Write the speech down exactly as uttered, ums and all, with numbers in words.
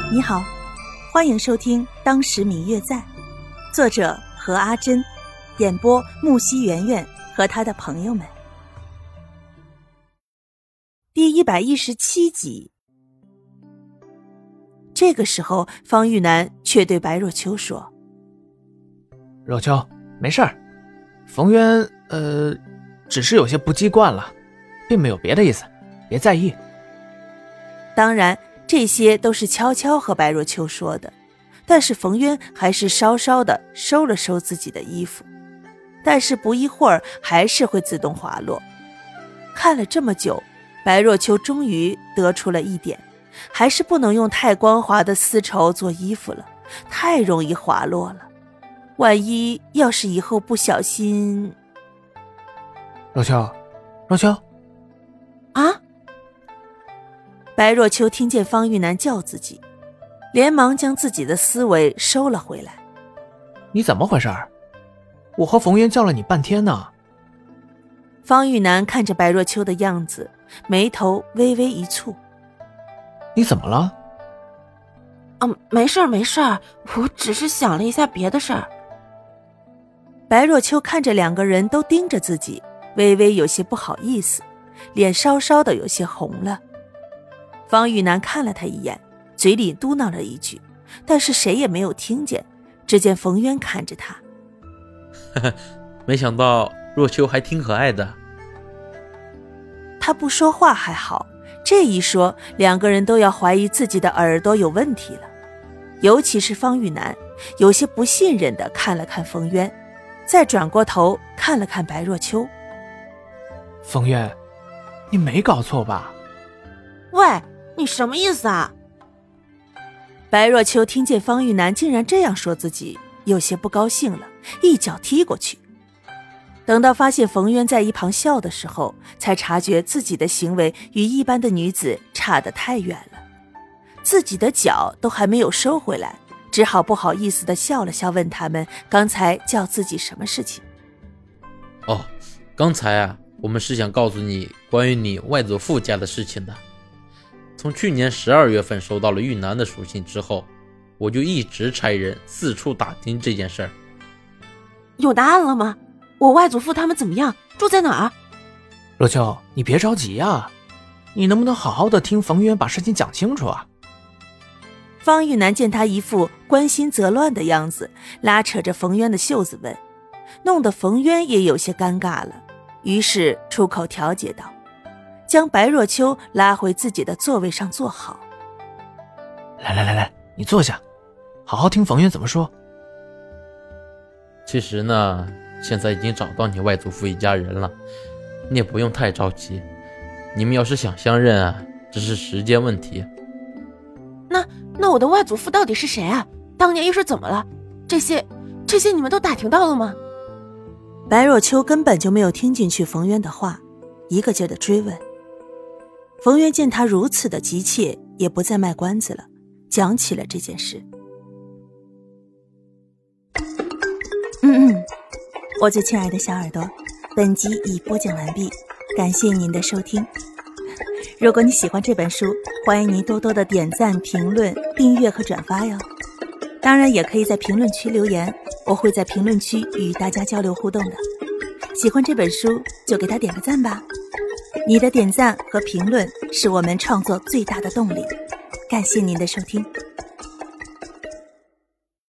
你好，欢迎收听《当时明月在》，作者何阿珍，演播木西圆圆和他的朋友们。第一百一十七集。这个时候，方玉楠却对白若秋说：“ 若秋，没事儿，冯渊，呃，只是有些不羁惯了，并没有别的意思，别在意。” 当然，这些都是悄悄和白若秋说的，但是冯渊还是稍稍的收了收自己的衣服，但是不一会儿还是会自动滑落。看了这么久，白若秋终于得出了一点，还是不能用太光滑的丝绸做衣服了，太容易滑落了。万一要是以后不小心…… 若秋，若秋， 啊！白若秋听见方玉楠叫自己，连忙将自己的思维收了回来。 你怎么回事？我和冯渊叫了你半天呢。 方玉楠看着白若秋的样子，眉头微微一蹙。 你怎么了？ 嗯，没事儿没事儿，我只是想了一下别的事儿。 白若秋看着两个人都盯着自己，微微有些不好意思，脸稍稍的有些红了。方玉楠看了他一眼，嘴里嘟囔了一句，但是谁也没有听见。只见冯渊看着他， 呵呵，没想到若秋还挺可爱的。 他不说话还好，这一说，两个人都要怀疑自己的耳朵有问题了。尤其是方玉楠，有些不信任地看了看冯渊，再转过头看了看白若秋。 冯渊，你没搞错吧？ 喂，你什么意思啊？ 白若秋听见方玉楠竟然这样说自己，有些不高兴了，一脚踢过去。等到发现冯渊在一旁笑的时候，才察觉自己的行为与一般的女子差得太远了，自己的脚都还没有收回来，只好不好意思地笑了笑，问他们刚才叫自己什么事情。 哦，刚才啊，我们是想告诉你关于你外祖父家的事情的。从去年十二月份收到了玉楠的书信之后，我就一直差人四处打听这件事儿。 有答案了吗？我外祖父他们怎么样？住在哪儿？ 若秋，你别着急啊，你能不能好好的听冯渊把事情讲清楚啊？ 方玉楠见他一副关心则乱的样子，拉扯着冯渊的袖子问，弄得冯渊也有些尴尬了，于是出口调解道，将白若秋拉回自己的座位上坐好。 来来来来，你坐下，好好听冯渊怎么说。 其实呢，现在已经找到你外祖父一家人了，你也不用太着急，你们要是想相认啊，只是时间问题。 那那我的外祖父到底是谁啊？当年又是怎么了？这些这些你们都打听到了吗？ 白若秋根本就没有听进去冯渊的话，一个劲儿的追问。冯渊见他如此的急切，也不再卖关子了，讲起了这件事。嗯嗯，我最亲爱的小耳朵，本集已播讲完毕，感谢您的收听。如果你喜欢这本书，欢迎您多多的点赞、评论、订阅和转发哟。当然也可以在评论区留言，我会在评论区与大家交流互动的。喜欢这本书就给他点个赞吧，你的点赞和评论是我们创作最大的动力。感谢您的收听。